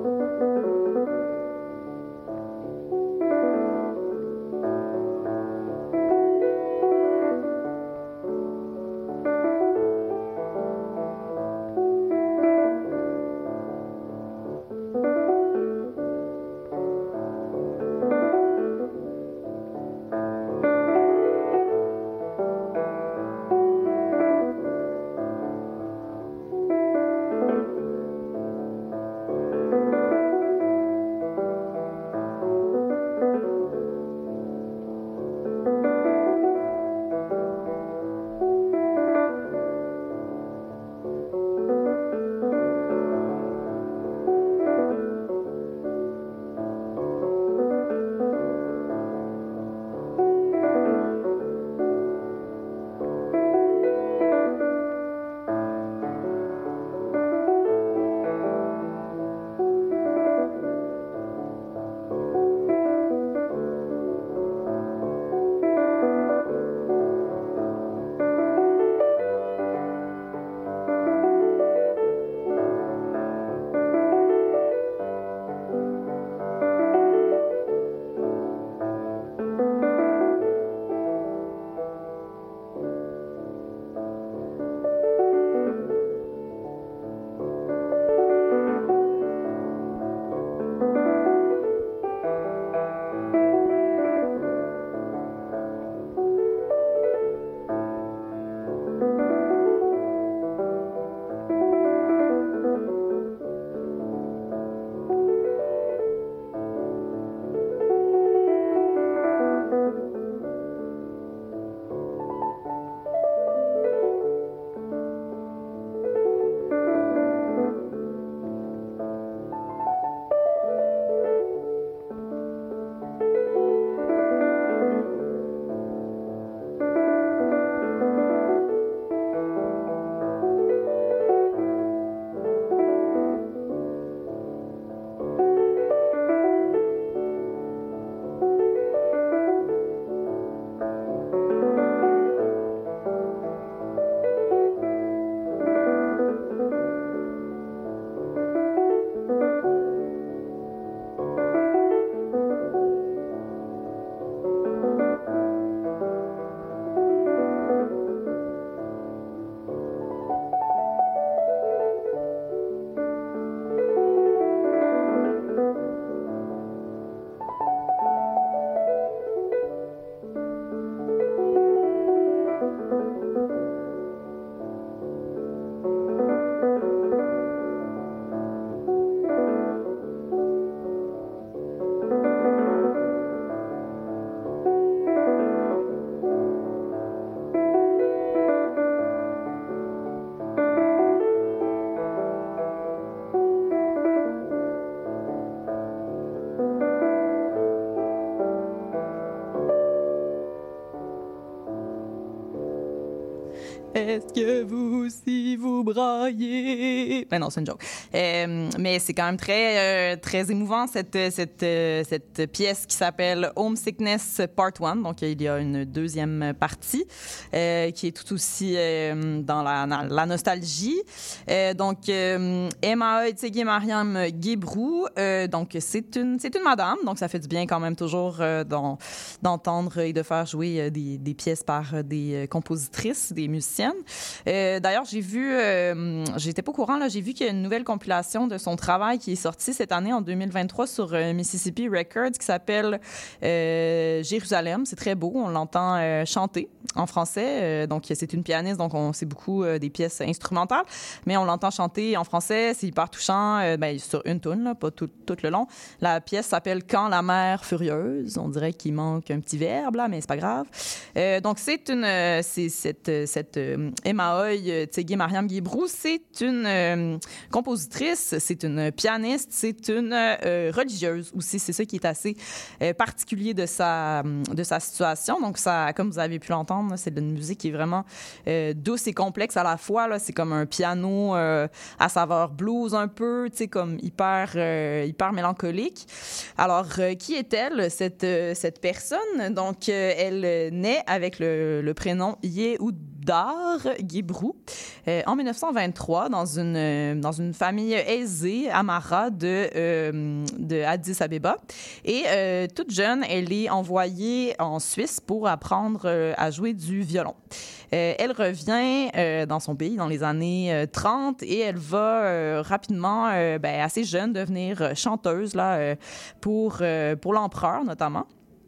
est-ce que vous aussi vous braillez? Ben non, c'est une joke. Euh, mais c'est quand même très, euh, très émouvant, cette, cette, euh, cette pièce qui s'appelle Homesickness Part un. Donc, il y a une deuxième partie euh, qui est tout aussi euh, dans la, la nostalgie. Euh, donc, euh, Emma Tsegi Mariam Guébrou, euh, donc c'est une, c'est une madame, donc ça fait du bien quand même toujours euh, dans, d'entendre et de faire jouer euh, des, des pièces par euh, des euh, compositrices, des musiciennes. Euh, d'ailleurs, j'ai vu, euh, j'étais pas au courant, là, j'ai vu qu'il y a une nouvelle compilation de son travail qui est sortie cette année en deux mille vingt-trois sur euh, Mississippi Records qui s'appelle euh, Jérusalem. C'est très beau, on l'entend euh, chanter en français. Euh, donc, c'est une pianiste, donc on sait beaucoup euh, des pièces instrumentales, mais on l'entend chanter en français, c'est hyper touchant, euh, ben, sur une toune, là, pas tout, tout le long. La pièce s'appelle Quand la mer furieuse. On dirait qu'il manque un petit verbe, là, mais c'est pas grave. Euh, donc, c'est une, euh, c'est cette, cette euh, Emma Tsegi Mariam Guébrou, c'est une euh, compositrice, c'est une pianiste, c'est une euh, religieuse aussi. C'est ça qui est assez euh, particulier de sa, de sa situation. Donc, ça, comme vous avez pu l'entendre, c'est une musique qui est vraiment euh, douce et complexe à la fois. Là. C'est comme un piano euh, à saveur blues un peu, tu sais, comme hyper, euh, hyper mélancolique. Alors, euh, qui est-elle, cette, euh, cette personne? Donc, euh, elle naît avec le, le prénom Yehoudar Guébrou euh, en dix-neuf cent vingt-trois dans une, euh, dans une famille aisée, Amara, de, euh, de Addis Abeba. Et euh, toute jeune, elle est envoyée en Suisse pour apprendre euh, à jouer du violon. Euh, elle revient euh, dans son pays dans les années euh, trente et elle va euh, rapidement, euh, ben, assez jeune, devenir chanteuse là, euh, pour, euh, pour l'empereur notamment.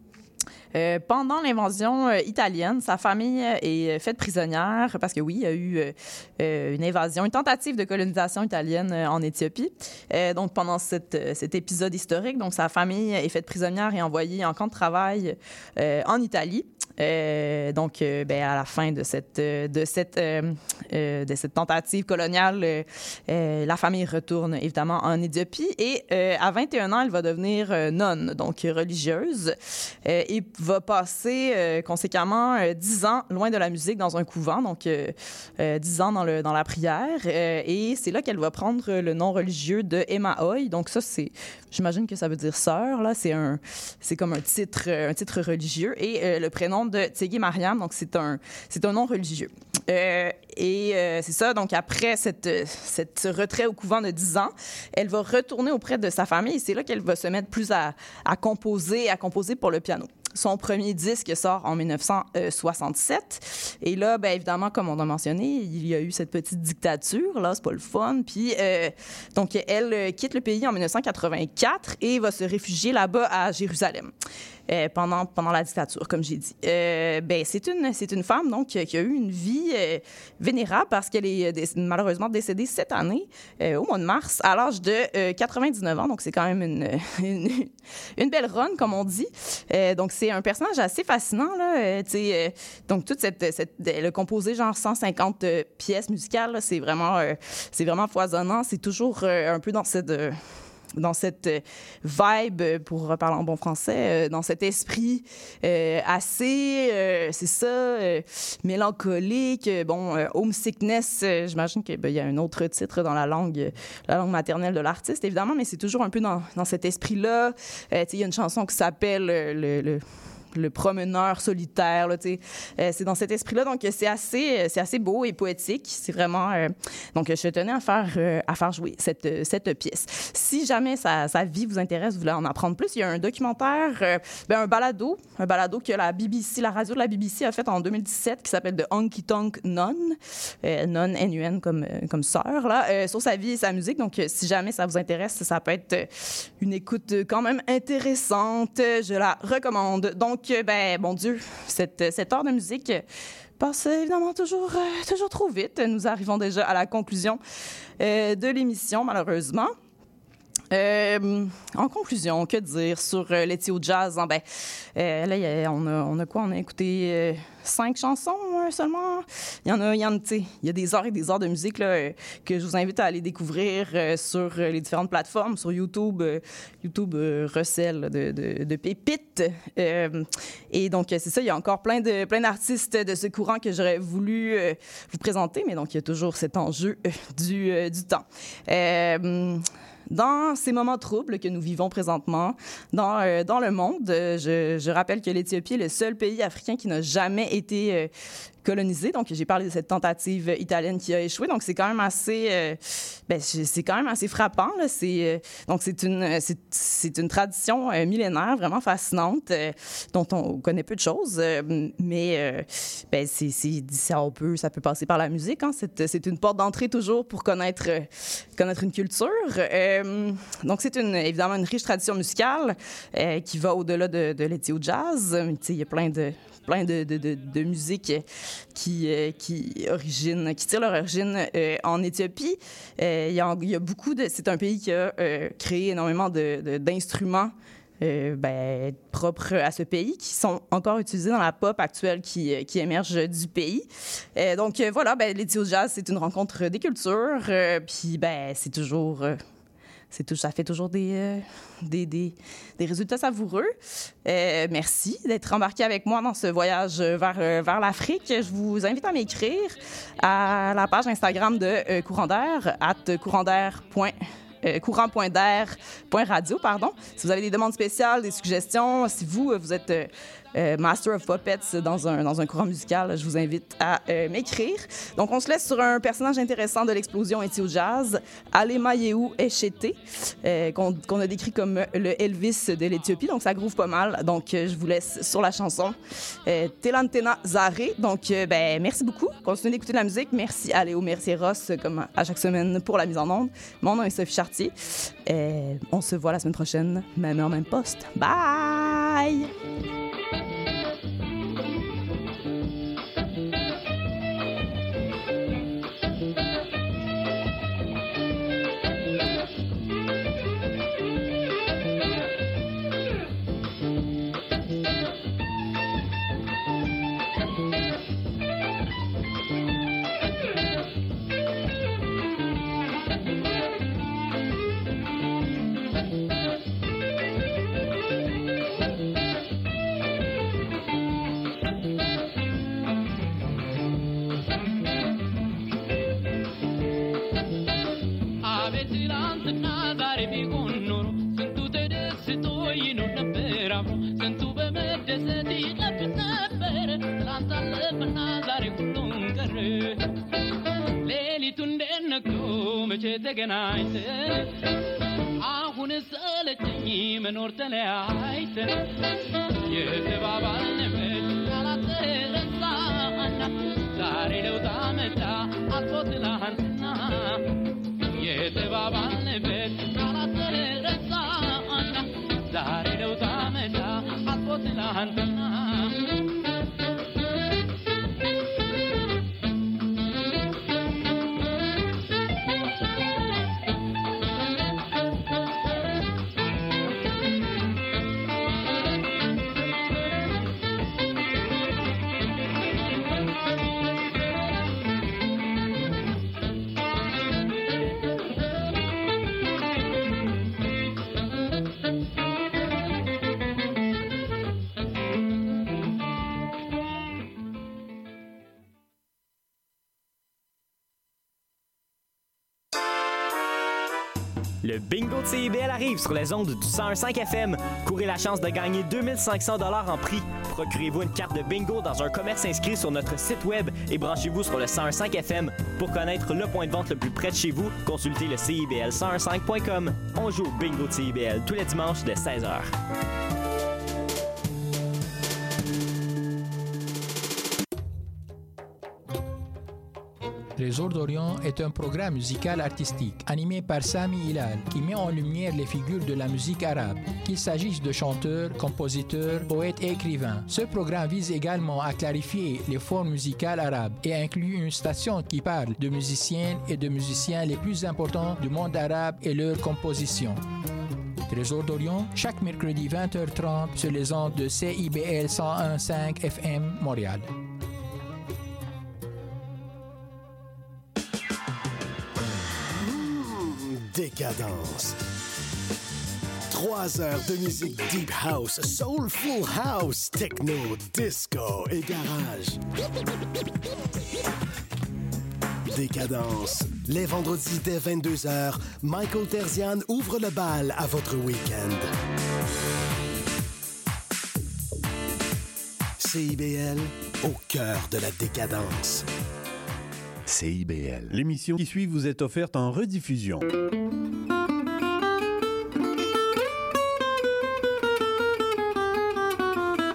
Euh, pendant l'invasion euh, italienne, sa famille est faite prisonnière parce que oui, il y a eu euh, une invasion, une tentative de colonisation italienne euh, en Éthiopie. Euh, donc pendant cette, cet épisode historique, donc sa famille est faite prisonnière et envoyée en camp de travail euh, en Italie. Euh, donc, euh, ben, à la fin de cette, de cette, euh, euh, de cette tentative coloniale, euh, euh, la famille retourne évidemment en Éthiopie et euh, à vingt et un ans, elle va devenir euh, nonne, donc religieuse, euh, et va passer euh, conséquemment euh, dix ans loin de la musique dans un couvent, donc euh, euh, dix ans dans, le, dans la prière, euh, et c'est là qu'elle va prendre le nom religieux de Emma Oy. Donc ça, c'est, j'imagine que ça veut dire sœur, là, c'est, un, c'est comme un titre, un titre religieux, et euh, le prénom de Tsegi Mariam, donc c'est un, c'est un nom religieux. Euh, et euh, c'est ça, donc après cette, cette retrait au couvent de dix ans, elle va retourner auprès de sa famille et c'est là qu'elle va se mettre plus à, à composer, à composer pour le piano. Son premier disque sort en dix-neuf cent soixante-sept. Et là, bien évidemment, comme on a mentionné, il y a eu cette petite dictature. Là, c'est pas le fun. Puis, euh, donc, elle euh, quitte le pays en dix-neuf cent quatre-vingt-quatre et va se réfugier là-bas à Jérusalem. Euh, pendant, pendant la dictature, comme j'ai dit. Euh, ben, c'est une, c'est une femme, donc, qui a eu une vie euh, vénérable parce qu'elle est dé- malheureusement décédée cette année, euh, au mois de mars, à l'âge de euh, quatre-vingt-dix-neuf ans. Donc, c'est quand même une, une, une belle run, comme on dit. Euh, donc, c'est un personnage assez fascinant, là. Euh, tu sais, euh, donc, toute cette... cette elle a composé, genre, cent cinquante euh, pièces musicales, là. C'est vraiment, euh, c'est vraiment foisonnant. C'est toujours euh, un peu dans cette... Euh, dans cette vibe, pour parler en bon français, dans cet esprit euh, assez, euh, c'est ça, euh, mélancolique. Bon, euh, homesickness, euh, j'imagine qu'il ben, y a un autre titre dans la langue, la langue maternelle de l'artiste, évidemment, mais c'est toujours un peu dans, dans cet esprit-là. Euh, il y a une chanson qui s'appelle euh, le, le le promeneur solitaire, là, tu sais. Euh, c'est dans cet esprit-là, donc c'est assez, c'est assez beau et poétique. C'est vraiment... Euh, donc, je tenais à faire, euh, à faire jouer cette, cette pièce. Si jamais sa, sa vie vous intéresse, vous voulez en apprendre plus, il y a un documentaire, euh, ben, un balado, un balado que la B B C, la radio de la B B C a fait en deux mille dix-sept, qui s'appelle The Honky Tonk Nun, euh, Nun, N U N comme, euh, comme sœur, là, euh, sur sa vie et sa musique. Donc, euh, si jamais ça vous intéresse, ça peut être euh, une écoute quand même intéressante. Je la recommande. Donc, ben, bon Dieu, cette, cette heure de musique passe évidemment toujours, euh, toujours trop vite. Nous arrivons déjà à la conclusion euh, de l'émission, malheureusement. Euh, en conclusion, que dire sur euh, l'été au jazz? Hein, ben, euh, là, y a, on, a, on a quoi? On a écouté euh, cinq chansons euh, seulement. Il y en a, il y en a, tu sais, il y a des heures et des heures de musique là, euh, que je vous invite à aller découvrir euh, sur euh, les différentes plateformes, sur YouTube. Euh, YouTube euh, recèle de, de, de pépites. Euh, et donc, c'est ça, il y a encore plein, de, plein d'artistes de ce courant que j'aurais voulu euh, vous présenter, mais donc, il y a toujours cet enjeu euh, du, euh, du temps. Euh, Dans ces moments troubles que nous vivons présentement dans, euh, dans le monde, euh, je, je rappelle que l'Éthiopie est le seul pays africain qui n'a jamais été euh, colonisé. Donc, j'ai parlé de cette tentative italienne qui a échoué. Donc, c'est quand même assez, euh, ben, c'est quand même assez frappant. Là. C'est, euh, donc, c'est une, c'est, c'est une tradition euh, millénaire vraiment fascinante euh, dont on connaît peu de choses. Euh, mais euh, ben, c'est, c'est, ça, on peut, ça peut passer par la musique. Hein. C'est, c'est une porte d'entrée toujours pour connaître, euh, connaître une culture. Euh, donc, c'est une, évidemment une riche tradition musicale euh, qui va au-delà de, de l'éthio jazz. Il y a plein de plein de, de, de, de musique qui, euh, qui, origine, qui tire leur origine euh, en Éthiopie. Euh, il, y a, il y a beaucoup de... C'est un pays qui a euh, créé énormément de, de, d'instruments euh, ben, propres à ce pays, qui sont encore utilisés dans la pop actuelle qui, qui émerge du pays. Euh, donc, euh, voilà, ben, l'éthio jazz, c'est une rencontre des cultures. Euh, Puis, ben, c'est toujours... Euh, C'est tout, ça fait toujours des, euh, des, des, des résultats savoureux. Euh, merci d'être embarqué avec moi dans ce voyage vers, euh, vers l'Afrique. Je vous invite à m'écrire à la page Instagram de euh, Courant d'air, at courant d'air point Euh, courant point d'air point radio, pardon. Si vous avez des demandes spéciales, des suggestions, si vous, vous êtes euh, euh, Master of Puppets dans un, dans un courant musical, je vous invite à euh, m'écrire. Donc, on se laisse sur un personnage intéressant de l'explosion éthio jazz, Alema Yehu Eshete, euh, qu'on, qu'on a décrit comme le Elvis de l'Éthiopie. Donc, ça groove pas mal. Donc, euh, je vous laisse sur la chanson euh, Telantena Zare. Donc, euh, ben, merci beaucoup. Continuez d'écouter de la musique. Merci à Léo, merci à Ross, comme à chaque semaine, pour la mise en onde. Mon nom est Sophie Chartier. Et on se voit la semaine prochaine, même heure, même poste. Bye! ተገናኝተን አሁን ሰለቸኝ መኖር ተለያይተን የተባባልንበት ቃላት ተረሳና ዛሬ ለውጥ አመጣ አልፎ ትላንትና የተባባልንበት ቃላት ተረሳና ዛሬ ለውጥ አመጣ አልፎ ትላንትና Le bingo de C I B L arrive sur les ondes du cent un virgule cinq F M. Courez la chance de gagner deux mille cinq cents dollars en prix. Procurez-vous une carte de bingo dans un commerce inscrit sur notre site web et branchez-vous sur le cent un virgule cinq F M. Pour connaître le point de vente le plus près de chez vous, consultez le C I B L cent un virgule cinq point com. On joue au bingo de C I B L tous les dimanches dès seize heures. Trésor d'Orient est un programme musical artistique animé par Sami Hilal qui met en lumière les figures de la musique arabe, qu'il s'agisse de chanteurs, compositeurs, poètes et écrivains. Ce programme vise également à clarifier les formes musicales arabes et inclut une station qui parle de musiciennes et de musiciens les plus importants du monde arabe et leurs compositions. Trésor d'Orient, chaque mercredi vingt heures trente sur les ondes de C I B L cent un virgule cinq F M Montréal. Décadence. Trois heures de musique deep house, soulful house, techno, disco et garage. Décadence. Les vendredis dès vingt-deux heures, Michael Terzian ouvre le bal à votre week-end. C I B L, au cœur de la décadence. C I B L. L'émission qui suit vous est offerte en rediffusion.